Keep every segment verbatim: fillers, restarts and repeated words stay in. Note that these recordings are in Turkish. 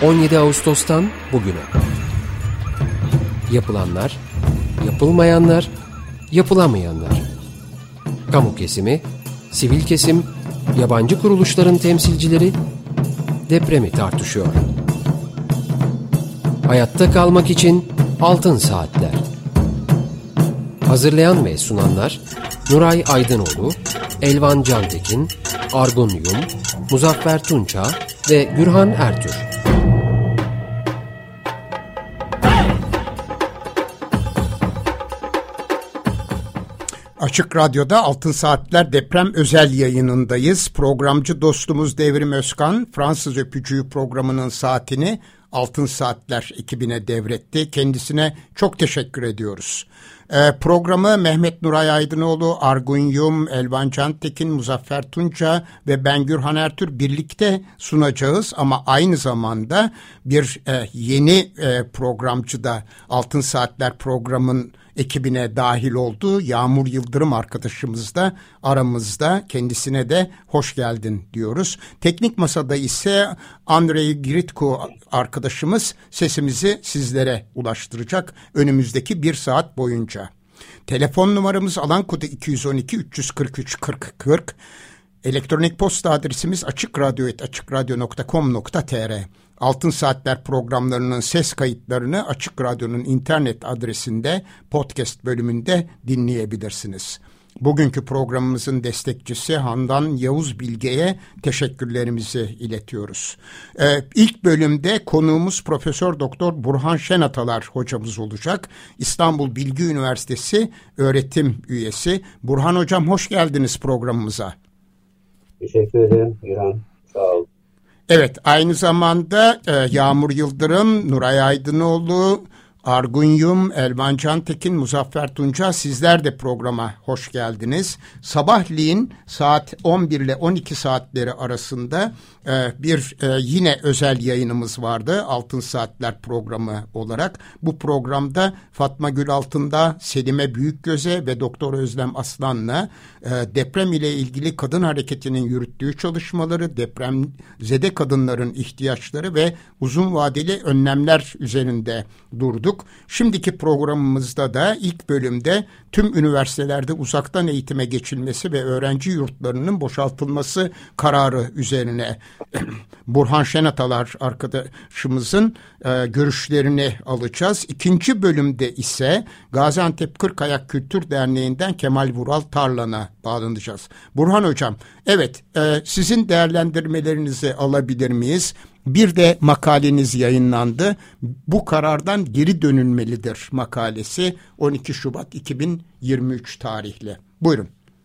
on yedi Ağustos'tan bugüne. Yapılanlar, yapılmayanlar, yapılamayanlar. Kamu kesimi, sivil kesim, yabancı kuruluşların temsilcileri depremi tartışıyor. Hayatta kalmak için altın saatler. Hazırlayan ve sunanlar Nuray Aydınoğlu, Elvan Cantekin, Argun Yum, Muzaffer Tunça ve Gürhan Ertür. Açık Radyo'da Altın Saatler deprem özel yayınındayız. Programcı dostumuz Devrim Özkan, Fransız Öpücüğü programının saatini Altın Saatler ekibine devretti. Kendisine çok teşekkür ediyoruz. Ee, programı Mehmet Nuray Aydınoğlu, Argun Yum, Elvan Cantekin, Muzaffer Tunça ve ben Gürhan Ertür birlikte sunacağız. Ama aynı zamanda bir e, yeni e, programcı da Altın Saatler programın ekibine dahil oldu. Yağmur Yıldırım arkadaşımız da aramızda. Kendisine de hoş geldin diyoruz. Teknik masada ise Andrei Giritko arkadaşımız sesimizi sizlere ulaştıracak önümüzdeki bir saat boyunca. Telefon numaramız alan kodu iki yüz on iki üç yüz kırk üç kırk kırk. Elektronik posta adresimiz açıkradyo et açıkradyo nokta com nokta tr. Altın Saatler programlarının ses kayıtlarını Açık Radyo'nun internet adresinde podcast bölümünde dinleyebilirsiniz. Bugünkü programımızın destekçisi Handan Yavuz Bilge'ye teşekkürlerimizi iletiyoruz. Ee, ilk bölümde konuğumuz Profesör Doktor Burhan Şenatalar hocamız olacak. İstanbul Bilgi Üniversitesi öğretim üyesi. Burhan hocam hoş geldiniz programımıza. Teşekkür ederim İran. Sağ ol. Evet, aynı zamanda e, Yağmur Yıldırım, Nuray Aydınoğlu, Argun Yum, Elvan Cantekin, Muzaffer Tunca sizler de programa hoş geldiniz. Sabahleyin saat on bir ile on iki saatleri arasında e, bir e, yine özel yayınımız vardı Altın Saatler programı olarak. Bu programda Fatma Gül Altındağ, Selime Büyükgöze ve Doktor Özlem Aslan'la e, deprem ile ilgili kadın hareketinin yürüttüğü çalışmaları, depremzede kadınların ihtiyaçları ve uzun vadeli önlemler üzerinde durduk. Şimdiki programımızda da ilk bölümde tüm üniversitelerde uzaktan eğitime geçilmesi ve öğrenci yurtlarının boşaltılması kararı üzerine Burhan Şenatalar arkadaşımızın e, görüşlerini alacağız. İkinci bölümde ise Gaziantep Kırkayak Kültür Derneği'nden Kemal Vural Tarlan'a bağlanacağız. Burhan hocam, evet e, sizin değerlendirmelerinizi alabilir miyiz? Bir de makaleniz yayınlandı. Bu karardan geri dönülmelidir makalesi on iki Şubat iki bin yirmi üç tarihli. Buyurun.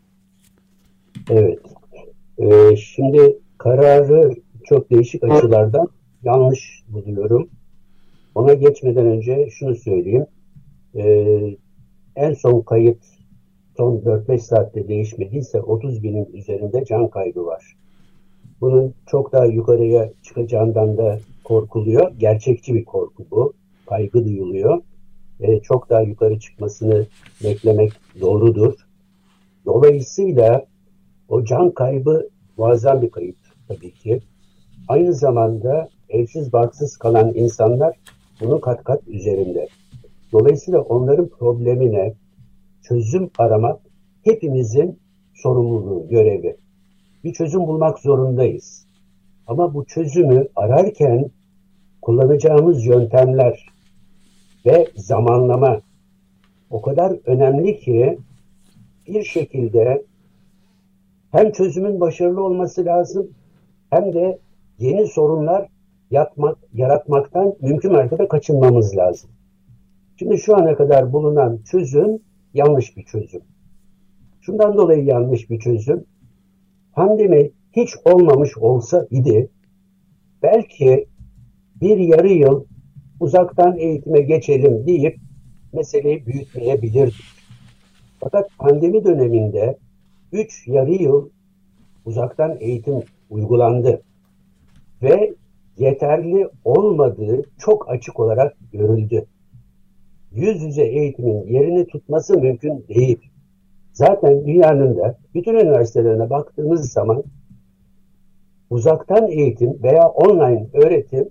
Evet. Ee, şimdi kararı çok değişik açılardan yanlış buluyorum. Ona geçmeden önce şunu söyleyeyim. Ee, en son kayıt son dört beş saatte değişmediyse otuz binin üzerinde can kaybı var. Bunun çok daha yukarıya çıkacağından da korkuluyor. Gerçekçi bir korku bu. Kaygı duyuluyor. Ee, çok daha yukarı çıkmasını beklemek doğrudur. Dolayısıyla o can kaybı muazzam bir kayıp tabii ki. Aynı zamanda evsiz barksız kalan insanlar bunun kat kat üzerinde. Dolayısıyla onların problemine çözüm aramak hepimizin sorumluluğu, görevi. Bir çözüm bulmak zorundayız. Ama bu çözümü ararken kullanacağımız yöntemler ve zamanlama o kadar önemli ki bir şekilde hem çözümün başarılı olması lazım hem de yeni sorunlar yapmak, yaratmaktan mümkün mertebe kaçınmamız lazım. Şimdi şu ana kadar bulunan çözüm yanlış bir çözüm. Şundan dolayı yanlış bir çözüm. Pandemi hiç olmamış olsa idi, belki bir yarı yıl uzaktan eğitime geçelim deyip meseleyi büyütmeyebilirdik. Fakat pandemi döneminde üç yarı yıl uzaktan eğitim uygulandı ve yeterli olmadığı çok açık olarak görüldü. Yüz yüze eğitimin yerini tutması mümkün değil. Zaten dünyanın da bütün üniversitelerine baktığımız zaman uzaktan eğitim veya online öğretim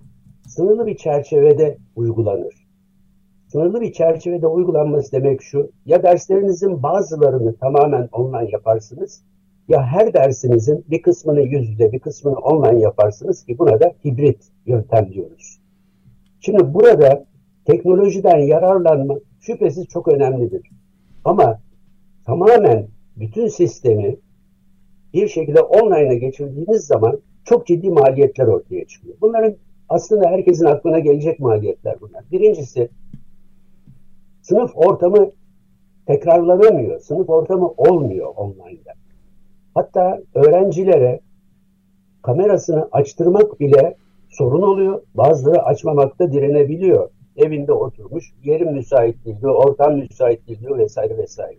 sınırlı bir çerçevede uygulanır. Sınırlı bir çerçevede uygulanması demek şu, ya derslerinizin bazılarını tamamen online yaparsınız, ya her dersinizin bir kısmını yüz yüze, bir kısmını online yaparsınız ki buna da hibrit yöntem diyoruz. Şimdi burada teknolojiden yararlanmak şüphesiz çok önemlidir. Ama tamamen bütün sistemi bir şekilde online'a geçirdiğiniz zaman çok ciddi maliyetler ortaya çıkıyor. Bunların aslında herkesin aklına gelecek maliyetler bunlar. Birincisi, sınıf ortamı tekrarlanamıyor. Sınıf ortamı olmuyor online'da. Hatta öğrencilere kamerasını açtırmak bile sorun oluyor. Bazıları açmamakta direnebiliyor. Evinde oturmuş, yerim müsait değil diyor, ortam müsait değil diyor vesaire vesaire.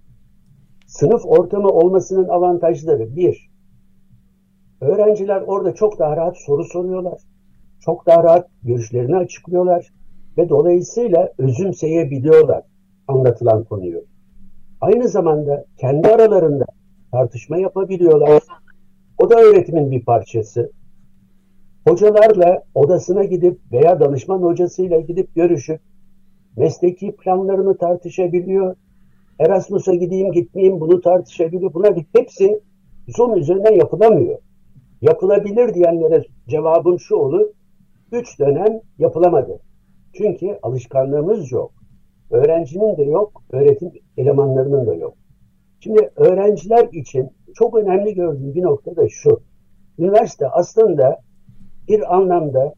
Sınıf ortamı olmasının avantajları bir, öğrenciler orada çok daha rahat soru soruyorlar. Çok daha rahat görüşlerini açıklıyorlar. Ve dolayısıyla özümseyebiliyorlar anlatılan konuyu. Aynı zamanda kendi aralarında tartışma yapabiliyorlar. O da öğretimin bir parçası. Hocalarla odasına gidip veya danışman hocasıyla gidip görüşüp mesleki planlarını tartışabiliyor. Erasmus'a gideyim gitmeyeyim bunu tartışabiliyor. Bunlar hepsi Zoom üzerinden yapılamıyor. Yapılabilir diyenlere cevabım şu olur. Üç dönem yapılamadı. Çünkü alışkanlığımız yok. Öğrencinin de yok, öğretim elemanlarının da yok. Şimdi öğrenciler için çok önemli gördüğüm bir nokta da şu. Üniversite aslında bir anlamda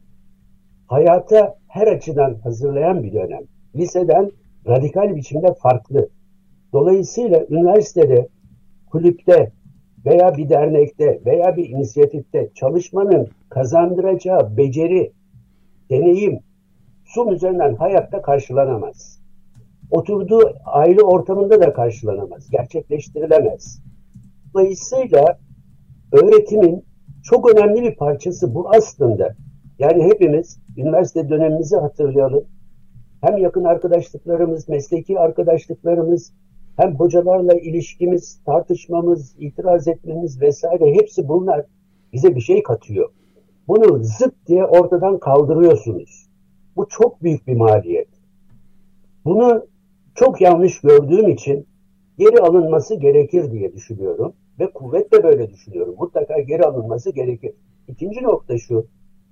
hayata her açıdan hazırlayan bir dönem. Liseden radikal biçimde farklı. Dolayısıyla üniversitede, kulüpte veya bir dernekte veya bir inisiyatifte çalışmanın kazandıracağı beceri, deneyim, Zoom üzerinden hayatta karşılanamaz. Oturduğu aile ortamında da karşılanamaz, gerçekleştirilemez. Dolayısıyla öğretimin çok önemli bir parçası bu aslında. Yani hepimiz üniversite dönemimizi hatırlayalım. Hem yakın arkadaşlıklarımız, mesleki arkadaşlıklarımız, hem hocalarla ilişkimiz, tartışmamız, itiraz etmemiz vesaire hepsi bunlar bize bir şey katıyor. Bunu zıt diye ortadan kaldırıyorsunuz. Bu çok büyük bir maliyet. Bunu çok yanlış gördüğüm için geri alınması gerekir diye düşünüyorum. Ve kuvvetle böyle düşünüyorum. Mutlaka geri alınması gerekir. İkinci nokta şu.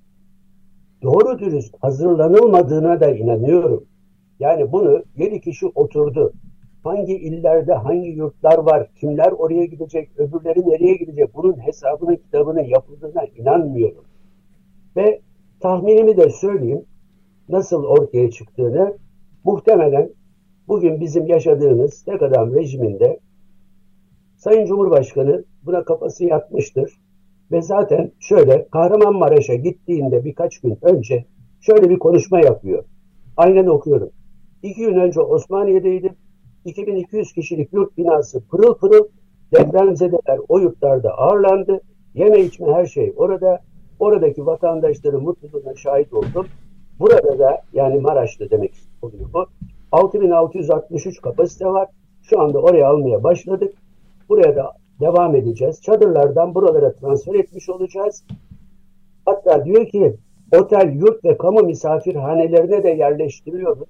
Doğru dürüst hazırlanılmadığına da inanıyorum. Yani bunu yedi kişi oturdu. Hangi illerde hangi yurtlar var, kimler oraya gidecek, öbürleri nereye gidecek, bunun hesabının kitabının yapıldığına inanmıyorum. Ve tahminimi de söyleyeyim, nasıl ortaya çıktığını, muhtemelen bugün bizim yaşadığımız tek adam rejiminde Sayın Cumhurbaşkanı buna kafası yatmıştır. Ve zaten şöyle Kahramanmaraş'a gittiğinde birkaç gün önce şöyle bir konuşma yapıyor. Aynen okuyorum. İki gün önce Osmaniye'deydim. iki bin iki yüz kişilik yurt binası pırıl pırıl, depremzedeler o yurtlarda ağırlandı. Yeme içme her şey orada. Oradaki vatandaşların mutluluğuna şahit oldum. Burada da yani Maraş'ta demek oluyor bu. altı bin altı yüz altmış üç kapasite var. Şu anda oraya almaya başladık. Buraya da devam edeceğiz. Çadırlardan buralara transfer etmiş olacağız. Hatta diyor ki otel, yurt ve kamu misafirhanelerine de yerleştiriyoruz.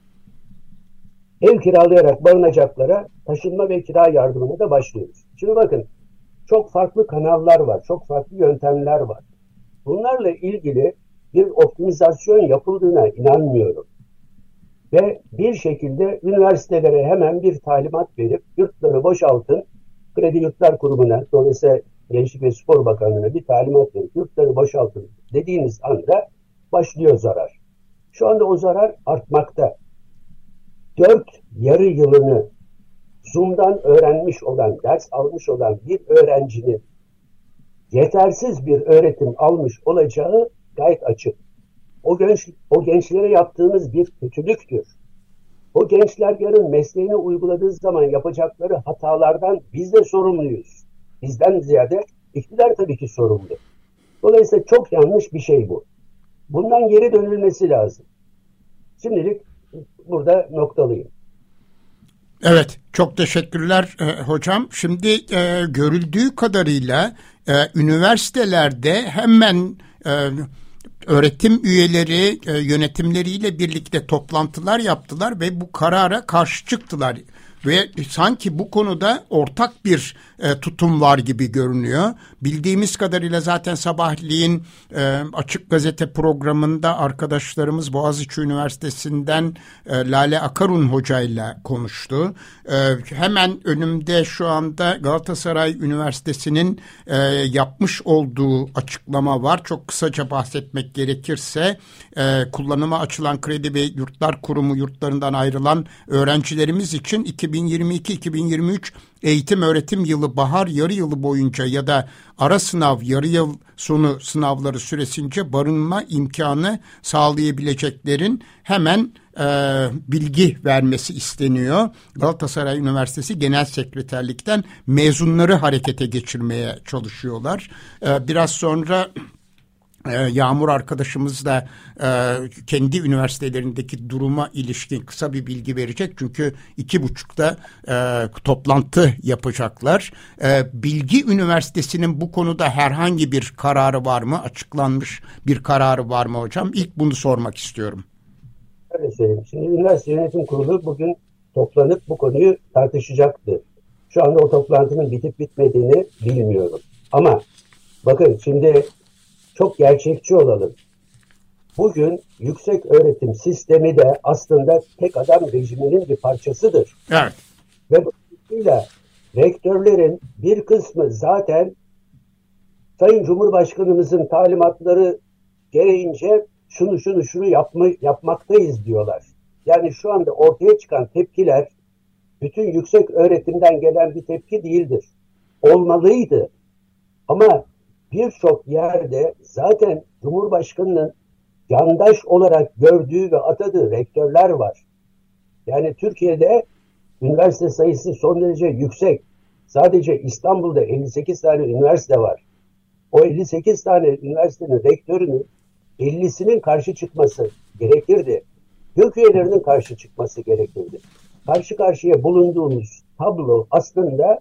Ev kiralayarak barınacaklara taşınma ve kira yardımına da başlıyoruz. Şimdi bakın çok farklı kanallar var, çok farklı yöntemler var. Bunlarla ilgili bir optimizasyon yapıldığına inanmıyorum. Ve bir şekilde üniversitelere hemen bir talimat verip yurtları boşaltın, Kredi Yurtlar Kurumu'na, dolayısıyla Gençlik ve Spor Bakanlığı'na bir talimat verip yurtları boşaltın dediğiniz anda başlıyor zarar. Şu anda o zarar artmakta. Dört yarı yılını Zoom'dan öğrenmiş olan, ders almış olan bir öğrencinin yetersiz bir öğretim almış olacağı gayet açık. O, genç, o gençlere yaptığımız bir kötülüktür. O gençler yarın mesleğini uyguladığı zaman yapacakları hatalardan biz de sorumluyuz. Bizden ziyade iktidar tabii ki sorumlu. Dolayısıyla çok yanlış bir şey bu. Bundan geri dönülmesi lazım. Şimdilik burada noktalıyım. Evet, çok teşekkürler e, hocam. Şimdi e, görüldüğü kadarıyla e, üniversitelerde hemen e, öğretim üyeleri e, yönetimleriyle birlikte toplantılar yaptılar ve bu karara karşı çıktılar. Ve sanki bu konuda ortak bir e, tutum var gibi görünüyor. Bildiğimiz kadarıyla zaten sabahleyin e, Açık Gazete programında arkadaşlarımız Boğaziçi Üniversitesi'nden e, Lale Akarun hocayla konuştu. E, hemen önümde şu anda Galatasaray Üniversitesi'nin e, yapmış olduğu açıklama var. Çok kısaca bahsetmek gerekirse e, kullanıma açılan Kredi ve Yurtlar Kurumu yurtlarından ayrılan öğrencilerimiz için iki bin yirmi iki iki bin yirmi üç eğitim öğretim yılı bahar yarı yılı boyunca ya da ara sınav yarı yıl sonu sınavları süresince barınma imkanı sağlayabileceklerin hemen e, bilgi vermesi isteniyor. Galatasaray Üniversitesi Genel Sekreterlikten mezunları harekete geçirmeye çalışıyorlar. E, biraz sonra Yağmur arkadaşımız da e, kendi üniversitelerindeki duruma ilişkin kısa bir bilgi verecek. Çünkü iki buçukta e, toplantı yapacaklar. E, Bilgi Üniversitesi'nin bu konuda herhangi bir kararı var mı? Açıklanmış bir kararı var mı hocam? İlk bunu sormak istiyorum. Öyle söyleyeyim. Şimdi Üniversite Yönetim Kurulu bugün toplanıp bu konuyu tartışacaktı. Şu anda o toplantının bitip bitmediğini bilmiyorum. Ama bakın şimdi çok gerçekçi olalım. Bugün yüksek öğretim sistemi de aslında tek adam rejiminin bir parçasıdır. Evet. Ve dolayısıyla rektörlerin bir kısmı zaten Sayın Cumhurbaşkanımızın talimatları gereğince şunu şunu şunu yapma, yapmaktayız diyorlar. Yani şu anda ortaya çıkan tepkiler bütün yüksek öğretimden gelen bir tepki değildir. Olmalıydı. Ama birçok yerde zaten Cumhurbaşkanı'nın yandaş olarak gördüğü ve atadığı rektörler var. Yani Türkiye'de üniversite sayısı son derece yüksek. Sadece İstanbul'da elli sekiz tane üniversite var. O elli sekiz tane üniversitenin rektörünün ellisinin karşı çıkması gerekirdi. Gök üyelerinin karşı çıkması gerekirdi. Karşı karşıya bulunduğumuz tablo aslında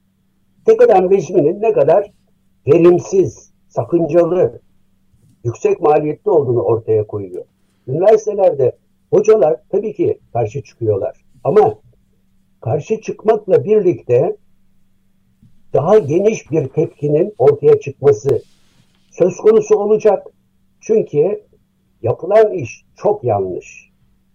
tek adam rejiminin ne kadar verimsiz, sakıncalı, yüksek maliyetli olduğunu ortaya koyuyor. Üniversitelerde hocalar tabii ki karşı çıkıyorlar. Ama karşı çıkmakla birlikte daha geniş bir tepkinin ortaya çıkması söz konusu olacak. Çünkü yapılan iş çok yanlış.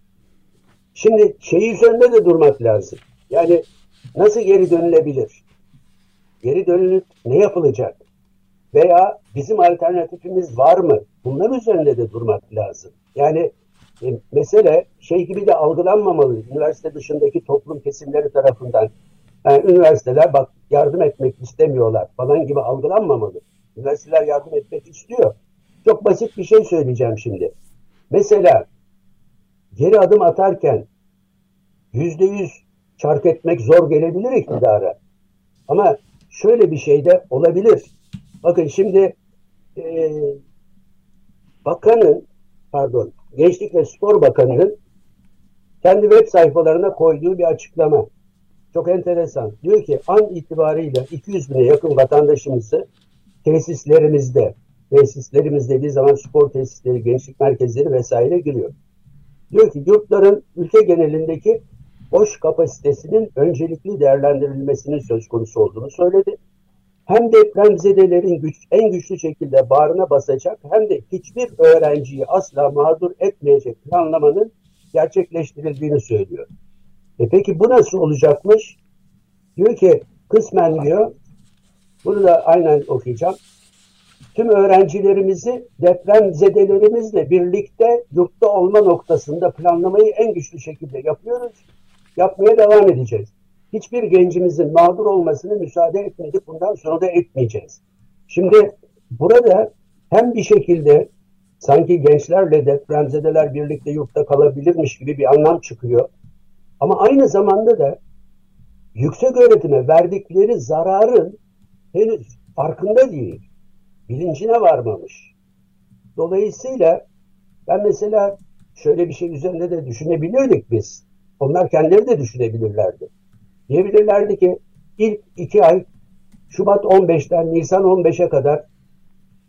Şimdi şey üzerinde de durmak lazım. Yani nasıl geri dönülebilir? Geri dönülüp ne yapılacak? Veya bizim alternatifimiz var mı? Bunlar üzerinde de durmak lazım. Yani e, mesele şey gibi de algılanmamalı. Üniversite dışındaki toplum kesimleri tarafından. Yani üniversiteler bak yardım etmek istemiyorlar falan gibi algılanmamalı. Üniversiteler yardım etmek istiyor. Çok basit bir şey söyleyeceğim şimdi. Mesela geri adım atarken yüzde yüz çark etmek zor gelebilir iktidara. Ama şöyle bir şey de olabilir. Bakın şimdi e, bakanın, pardon, Gençlik ve Spor Bakanı'nın kendi web sayfalarına koyduğu bir açıklama. Çok enteresan. Diyor ki an itibariyle iki yüz bine yakın vatandaşımızı tesislerimizde, tesislerimiz dediği zaman spor tesisleri, gençlik merkezleri vesaire giriyor. Diyor ki yurtların ülke genelindeki boş kapasitesinin öncelikli değerlendirilmesinin söz konusu olduğunu söyledi. Hem depremzedelerin güç, en güçlü şekilde bağrına basacak hem de hiçbir öğrenciyi asla mağdur etmeyecek planlamanın gerçekleştirildiğini söylüyor. E peki bu nasıl olacakmış? Diyor ki kısmen diyor, bunu da aynen okuyacağım. Tüm öğrencilerimizi depremzedelerimizle birlikte yurtta olma noktasında planlamayı en güçlü şekilde yapıyoruz. Yapmaya devam edeceğiz. Hiçbir gencimizin mağdur olmasını müsaade etmedik. Bundan sonra da etmeyeceğiz. Şimdi burada hem bir şekilde sanki gençlerle depremzedeler birlikte yurtta kalabilirmiş gibi bir anlam çıkıyor. Ama aynı zamanda da yüksek öğretime verdikleri zararın henüz farkında değil. Bilincine varmamış. Dolayısıyla ben mesela şöyle bir şey üzerinde de düşünebilirdik biz. Onlar kendileri de düşünebilirlerdi. Diyebilirlerdi ki ilk iki ay Şubat on beşten Nisan on beşe kadar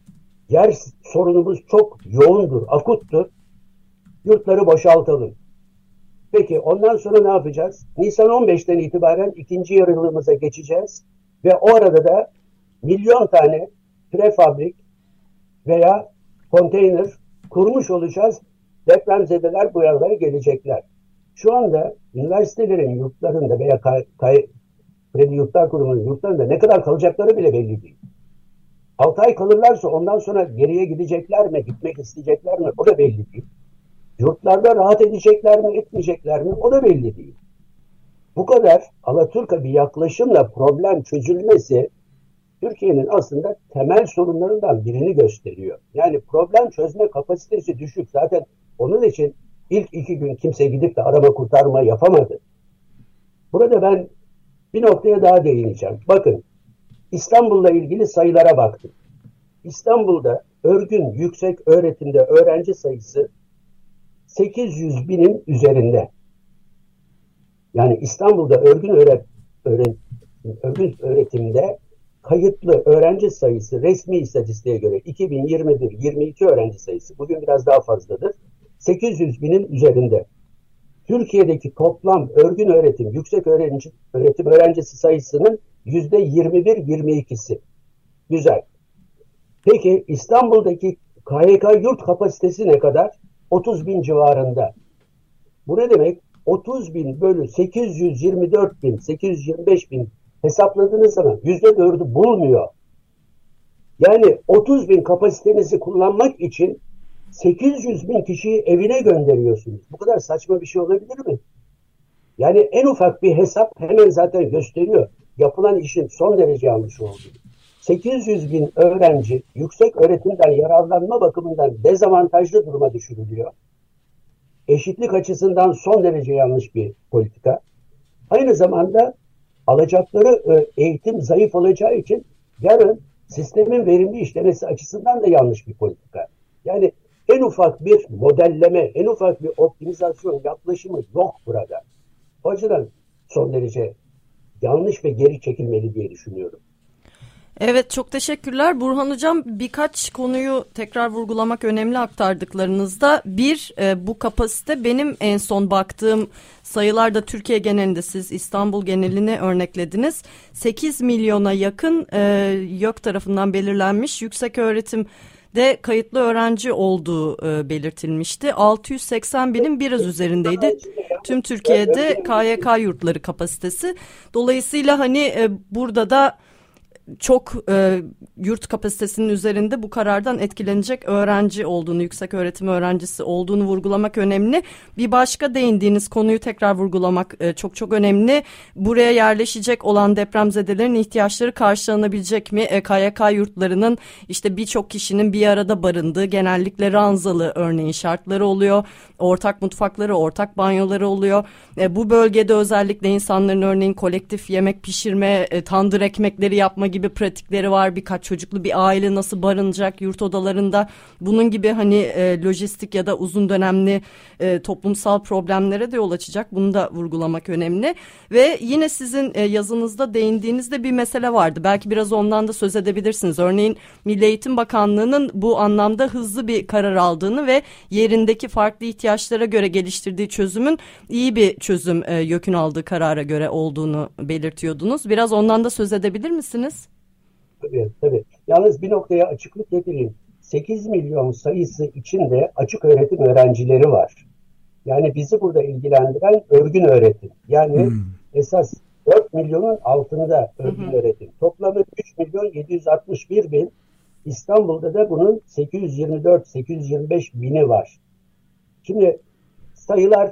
yer sorunumuz çok yoğundur, akuttur. Yurtları boşaltalım. Peki ondan sonra ne yapacağız? Nisan on beşten itibaren ikinci yarılığımıza geçeceğiz ve o arada da milyon tane prefabrik veya konteyner kurmuş olacağız. Depremzedeler bu yerlere gelecekler. Şu anda üniversitelerin yurtlarında veya kay, kay, Kredi Yurtlar Kurumu'nun yurtlarında ne kadar kalacakları bile belli değil. altı ay kalırlarsa ondan sonra geriye gidecekler mi, gitmek isteyecekler mi o da belli değil. Yurtlarda rahat edecekler mi, etmeyecekler mi o da belli değil. Bu kadar alaturka bir yaklaşımla problem çözülmesi Türkiye'nin aslında temel sorunlarından birini gösteriyor. Yani problem çözme kapasitesi düşük. Zaten onun için ilk iki gün kimse gidip de arama kurtarma yapamadı. Burada ben bir noktaya daha değineceğim. Bakın, İstanbul'la ilgili sayılara baktım. İstanbul'da örgün yüksek öğretimde öğrenci sayısı sekiz yüz binin üzerinde. Yani İstanbul'da örgün, öğret, öğret, örgün öğretimde kayıtlı öğrenci sayısı resmi istatistiğe göre iki bin yirmi bir yirmi iki öğrenci sayısı bugün biraz daha fazladır. sekiz yüz binin üzerinde. Türkiye'deki toplam örgün öğretim, yüksek öğrenci, öğretim öğrencisi sayısının yüzde yirmi bir yirmi ikisi. Güzel. Peki İstanbul'daki K Y K yurt kapasitesi ne kadar? otuz bin civarında. Bu ne demek? otuz bin bölü sekiz yüz yirmi dört bin, sekiz yüz yirmi beş bin hesapladığınız zaman yüzde dördü bulmuyor. Yani otuz bin kapasitenizi kullanmak için sekiz yüz bin kişiyi evine gönderiyorsunuz. Bu kadar saçma bir şey olabilir mi? Yani en ufak bir hesap hemen zaten gösteriyor. Yapılan işin son derece yanlış olduğunu. sekiz yüz bin öğrenci yüksek öğretimden yararlanma bakımından dezavantajlı duruma düşürülüyor. Eşitlik açısından son derece yanlış bir politika. Aynı zamanda alacakları eğitim zayıf olacağı için yarın sistemin verimli işlemesi açısından da yanlış bir politika. Yani en ufak bir modelleme, en ufak bir optimizasyon yaklaşımı yok burada. O açıdan son derece yanlış ve geri çekilmeli diye düşünüyorum. Evet, çok teşekkürler. Burhan Hocam, birkaç konuyu tekrar vurgulamak önemli aktardıklarınızda. Bir, e, bu kapasite benim en son baktığım sayılarda Türkiye genelinde, siz İstanbul genelini örneklediniz. sekiz milyona yakın e, YÖK tarafından belirlenmiş yüksek öğretim de kayıtlı öğrenci olduğu e, belirtilmişti. altı yüz seksen binin biraz üzerindeydi tüm Türkiye'de K Y K yurtları kapasitesi. Dolayısıyla hani e, burada da çok e, yurt kapasitesinin üzerinde bu karardan etkilenecek öğrenci olduğunu, yüksek öğretim öğrencisi olduğunu vurgulamak önemli. Bir başka değindiğiniz konuyu tekrar vurgulamak e, çok çok önemli. Buraya yerleşecek olan depremzedelerin ihtiyaçları karşılanabilecek mi? E, K Y K yurtlarının işte birçok kişinin bir arada barındığı, genellikle ranzalı örneğin şartları oluyor. Ortak mutfakları, ortak banyoları oluyor. E, bu bölgede özellikle insanların örneğin kolektif yemek pişirme, e, tandır ekmekleri yapma gibi pratikleri var. Birkaç çocuklu bir aile nasıl barınacak yurt odalarında? Bunun gibi hani e, lojistik ya da uzun dönemli e, toplumsal problemlere de yol açacak. Bunu da vurgulamak önemli. Ve yine sizin e, yazınızda değindiğinizde bir mesele vardı. Belki biraz ondan da söz edebilirsiniz. Örneğin Milli Eğitim Bakanlığı'nın bu anlamda hızlı bir karar aldığını ve yerindeki farklı ihtiyaçlara göre geliştirdiği çözümün iyi bir çözüm e, YÖK'ün aldığı karara göre olduğunu belirtiyordunuz. Biraz ondan da söz edebilir misiniz? Tabii, tabii. Yalnız bir noktaya açıklık getireyim. sekiz milyon sayısı içinde açık öğretim öğrencileri var. Yani bizi burada ilgilendiren örgün öğretim. Yani hmm. esas dört milyonun altında örgün hmm. öğretim. Toplamı üç milyon yedi yüz altmış bir bin. İstanbul'da da bunun sekiz yüz yirmi dört sekiz yüz yirmi beş bini var. Şimdi sayılar,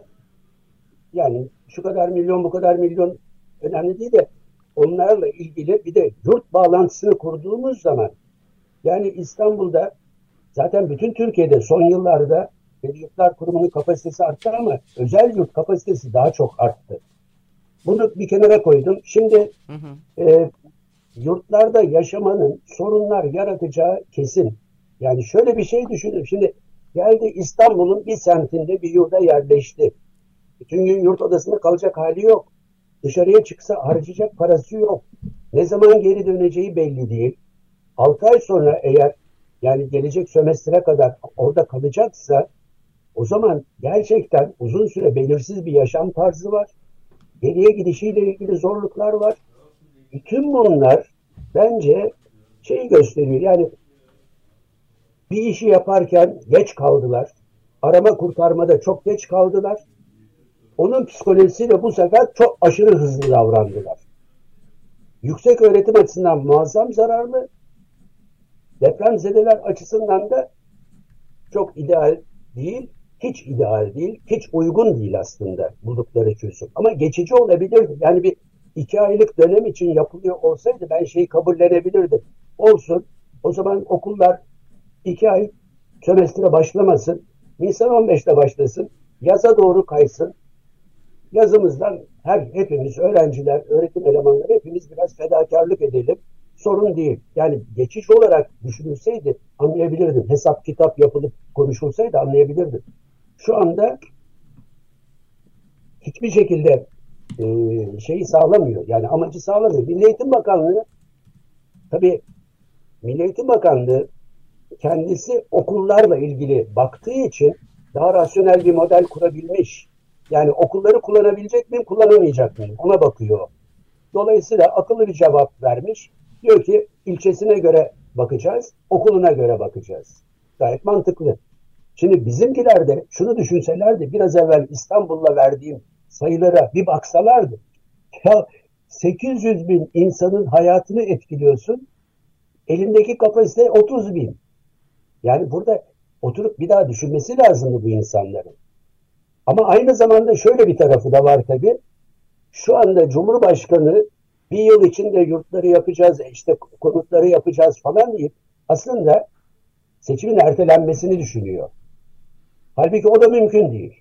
yani şu kadar milyon bu kadar milyon önemli değil de onlarla ilgili bir de yurt bağlantısını kurduğumuz zaman, yani İstanbul'da zaten bütün Türkiye'de son yıllarda Kredi Yurtlar Kurumu'nun kapasitesi arttı ama özel yurt kapasitesi daha çok arttı. Bunu bir kenara koydum. Şimdi hı hı. E, yurtlarda yaşamanın sorunlar yaratacağı kesin. Yani şöyle bir şey düşünün. Şimdi geldi İstanbul'un bir semtinde bir yurda yerleşti. Bütün gün yurt odasında kalacak hali yok. Dışarıya çıksa harcayacak parası yok. Ne zaman geri döneceği belli değil. altı ay sonra eğer yani gelecek sömestre kadar orada kalacaksa o zaman gerçekten uzun süre belirsiz bir yaşam tarzı var. Geriye gidişiyle ilgili zorluklar var. Bütün bunlar bence şeyi gösteriyor. Yani bir işi yaparken geç kaldılar. Arama kurtarmada çok geç kaldılar. Onun psikolojisiyle bu sefer çok aşırı hızlı davrandılar. Yüksek öğretim açısından muazzam zararlı. Depremzedeler açısından da çok ideal değil. Hiç ideal değil. Hiç uygun değil aslında buldukları çözüm. Ama geçici olabilirdi. Yani bir iki aylık dönem için yapılıyor olsaydı ben şeyi kabullenebilirdim. Olsun. O zaman okullar iki ay sömestre başlamasın. Nisan on beşte başlasın. Yaza doğru kaysın. Yazımızdan her hepimiz öğrenciler, öğretim elemanları hepimiz biraz fedakarlık edelim. Sorun değil. Yani geçiş olarak düşünülseydi anlayabilirdim. Hesap kitap yapılıp konuşulsaydı anlayabilirdim. Şu anda hiçbir şekilde e, şeyi sağlamıyor. Yani amacı sağlamıyor. Milli Eğitim Bakanlığı tabii Milli Eğitim Bakanlığı kendisi okullarla ilgili baktığı için daha rasyonel bir model kurabilmiş. Yani okulları kullanabilecek miyim, kullanamayacak mıyım? Ona bakıyor. Dolayısıyla akıllı bir cevap vermiş. Diyor ki ilçesine göre bakacağız, okuluna göre bakacağız. Gayet mantıklı. Şimdi bizimkiler de şunu düşünselerdi, biraz evvel İstanbul'la verdiğim sayılara bir baksalardı. Ya sekiz yüz bin insanın hayatını etkiliyorsun, elindeki kapasite otuz bin. Yani burada oturup bir daha düşünmesi lazımdı bu insanların. Ama aynı zamanda şöyle bir tarafı da var tabii. Şu anda Cumhurbaşkanı bir yıl içinde yurtları yapacağız, işte konutları yapacağız falan deyip aslında seçimin ertelenmesini düşünüyor. Halbuki o da mümkün değil.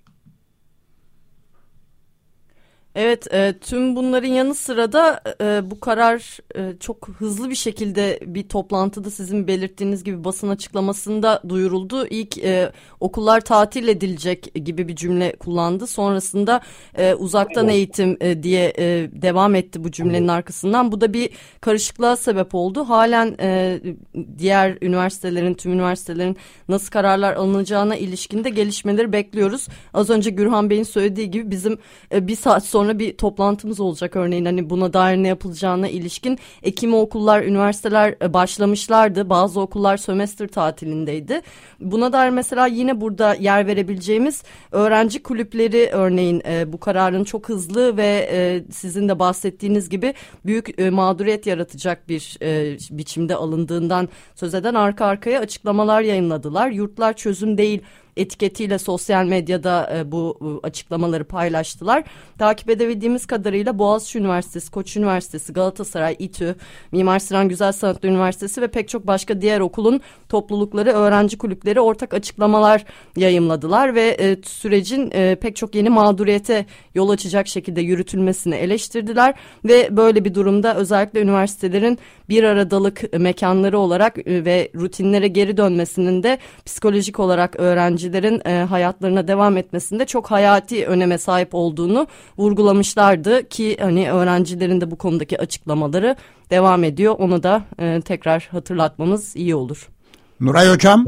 Evet, e, tüm bunların yanı sıra da e, bu karar e, çok hızlı bir şekilde bir toplantıda sizin belirttiğiniz gibi basın açıklamasında duyuruldu. İlk e, okullar tatil edilecek gibi bir cümle kullandı. Sonrasında e, uzaktan evet. eğitim e, diye e, devam etti bu cümlenin evet. arkasından. Bu da bir karışıklığa sebep oldu. Halen e, diğer üniversitelerin, tüm üniversitelerin nasıl kararlar alınacağına ilişkin de gelişmeleri bekliyoruz. Az önce Gürhan Bey'in söylediği gibi bizim e, bir saat sonra Sonra bir toplantımız olacak örneğin hani buna dair ne yapılacağına ilişkin. Ekim'e okullar, üniversiteler başlamışlardı. Bazı okullar sömestr tatilindeydi. Buna dair mesela yine burada yer verebileceğimiz öğrenci kulüpleri örneğin bu kararın çok hızlı ve sizin de bahsettiğiniz gibi büyük mağduriyet yaratacak bir biçimde alındığından söz eden arka arkaya açıklamalar yayınladılar. Yurtlar çözüm değil etiketiyle sosyal medyada e, bu e, açıklamaları paylaştılar. Takip edebildiğimiz kadarıyla Boğaziçi Üniversitesi, Koç Üniversitesi, Galatasaray, İTÜ, Mimar Sinan Güzel Sanatlar Üniversitesi ve pek çok başka diğer okulun toplulukları, öğrenci kulüpleri ortak açıklamalar yayımladılar ve e, sürecin e, pek çok yeni mağduriyete yol açacak şekilde yürütülmesini eleştirdiler ve böyle bir durumda özellikle üniversitelerin bir aradalık mekanları olarak e, ve rutinlere geri dönmesinin de psikolojik olarak öğrenci öğrencilerin e, hayatlarına devam etmesinde çok hayati öneme sahip olduğunu vurgulamışlardı ki hani öğrencilerin de bu konudaki açıklamaları devam ediyor. Onu da e, tekrar hatırlatmamız iyi olur. Nuray Hocam.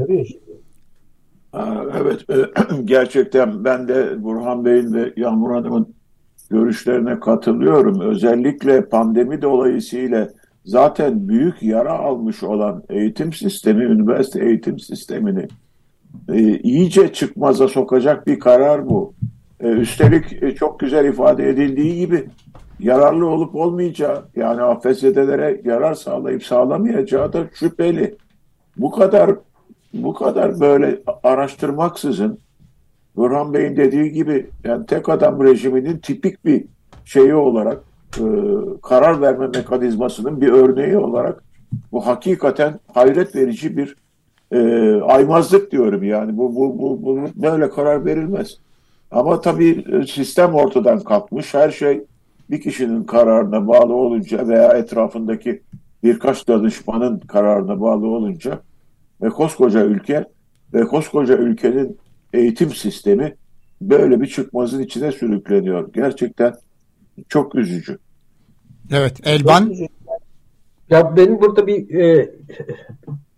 Evet, gerçekten ben de Burhan Bey'in ve Yağmur Hanım'ın görüşlerine katılıyorum. Özellikle pandemi dolayısıyla zaten büyük yara almış olan eğitim sistemi, üniversite eğitim sistemini e, iyice çıkmaza sokacak bir karar bu. E, üstelik e, çok güzel ifade edildiği gibi yararlı olup olmayacağı, yani afetzedelere yarar sağlayıp sağlamayacağı da şüpheli. Bu kadar bu kadar böyle araştırmaksızın Burhan Bey'in dediği gibi yani tek adam rejiminin tipik bir şeyi olarak e, karar verme mekanizmasının bir örneği olarak bu hakikaten hayret verici bir e, aymazlık diyorum yani bu, bu, bu, bu böyle karar verilmez. Ama tabii sistem ortadan kalkmış, her şey bir kişinin kararına bağlı olunca veya etrafındaki birkaç danışmanın kararına bağlı olunca ve koskoca ülke ve koskoca ülkenin eğitim sistemi böyle bir çıkmazın içine sürükleniyor. Gerçekten çok üzücü. Evet, Elvan. Ya benim burada bir e,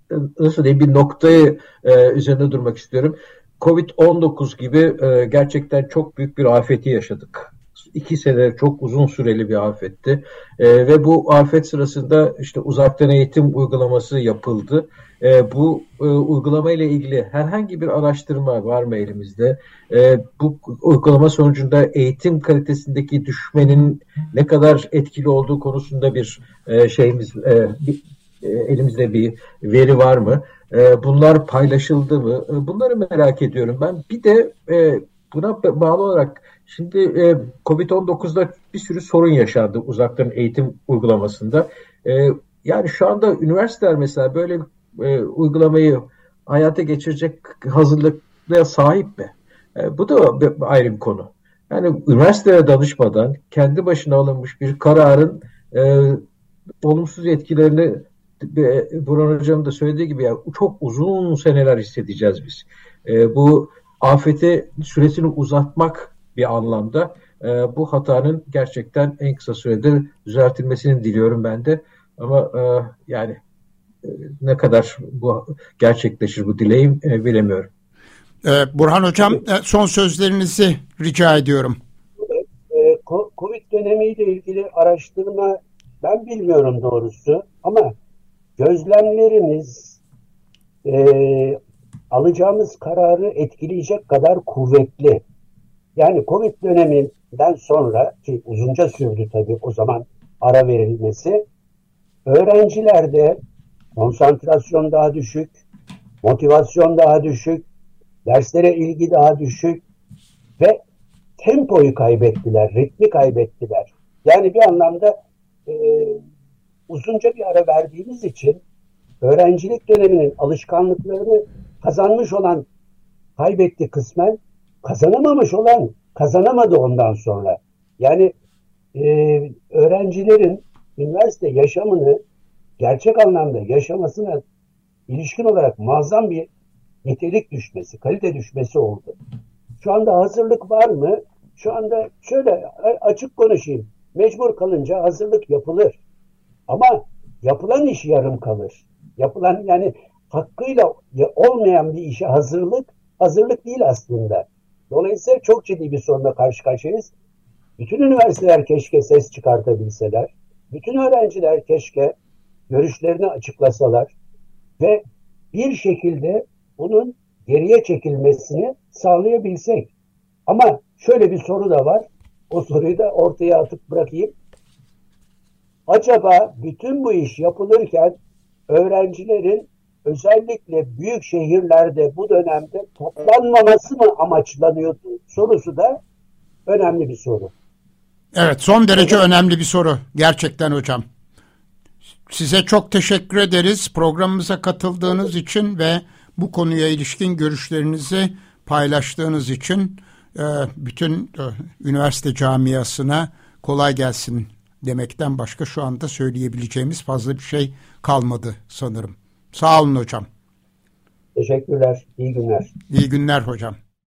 nasıl diyeyim bir noktayı e, üzerine durmak istiyorum. kovid on dokuz gibi e, gerçekten çok büyük bir afeti yaşadık. İki sene çok uzun süreli bir afetti. E, ve bu afet sırasında işte uzaktan eğitim uygulaması yapıldı. E, bu e, uygulama ile ilgili herhangi bir araştırma var mı elimizde? E, bu uygulama sonucunda eğitim kalitesindeki düşmenin ne kadar etkili olduğu konusunda bir e, şeyimiz, e, bir, e, elimizde bir veri var mı? E, bunlar paylaşıldı mı? E, bunları merak ediyorum ben. Bir de e, buna bağlı olarak şimdi e, kovid on dokuzda bir sürü sorun yaşandı uzaktan eğitim uygulamasında. E, yani şu anda üniversiteler mesela böyle e, uygulamayı hayata geçirecek hazırlıklara sahip mi? E, bu da ayrı bir konu. Yani üniversitelere danışmadan kendi başına alınmış bir kararın e, olumsuz etkilerini Burhan Hocam da söylediği gibi ya, çok uzun seneler hissedeceğiz biz. E, bu afeti süresini uzatmak bir anlamda e, bu hatanın gerçekten en kısa sürede düzeltilmesini diliyorum ben de. Ama e, yani e, ne kadar bu gerçekleşir bu dileğim e, bilemiyorum. Ee, Burhan Hocam e, son sözlerinizi rica ediyorum. E, Covid dönemiyle ilgili araştırma ben bilmiyorum doğrusu ama gözlemlerimiz e, alacağımız kararı etkileyecek kadar kuvvetli. Yani Covid döneminden sonra ki uzunca sürdü tabii o zaman ara verilmesi, öğrencilerde konsantrasyon daha düşük, motivasyon daha düşük, derslere ilgi daha düşük ve tempoyu kaybettiler, ritmi kaybettiler. Yani bir anlamda e, uzunca bir ara verdiğimiz için öğrencilik döneminin alışkanlıklarını kazanmış olan kaybetti kısmen, kazanamamış olan kazanamadı ondan sonra. Yani e, öğrencilerin üniversite yaşamını gerçek anlamda yaşamasına ilişkin olarak muazzam bir nitelik düşmesi, kalite düşmesi oldu. Şu anda hazırlık var mı? Şu anda şöyle açık konuşayım. Mecbur kalınca hazırlık yapılır. Ama yapılan iş yarım kalır. Yapılan yani hakkıyla olmayan bir işe hazırlık, hazırlık değil aslında. Dolayısıyla çok ciddi bir sorunla karşı karşıyayız. Bütün üniversiteler keşke ses çıkartabilseler. Bütün öğrenciler keşke görüşlerini açıklasalar. Ve bir şekilde bunun geriye çekilmesini sağlayabilsek. Ama şöyle bir soru da var. O soruyu da ortaya atıp bırakayım. Acaba bütün bu iş yapılırken öğrencilerin özellikle büyük şehirlerde bu dönemde toplanmaması mı amaçlanıyordu sorusu da önemli bir soru. Evet, son derece evet. önemli bir soru gerçekten hocam. Size çok teşekkür ederiz programımıza katıldığınız evet. için ve bu konuya ilişkin görüşlerinizi paylaştığınız için. Bütün üniversite camiasına kolay gelsin demekten başka şu anda söyleyebileceğimiz fazla bir şey kalmadı sanırım. Sağ olun hocam. Teşekkürler. İyi günler. İyi günler hocam.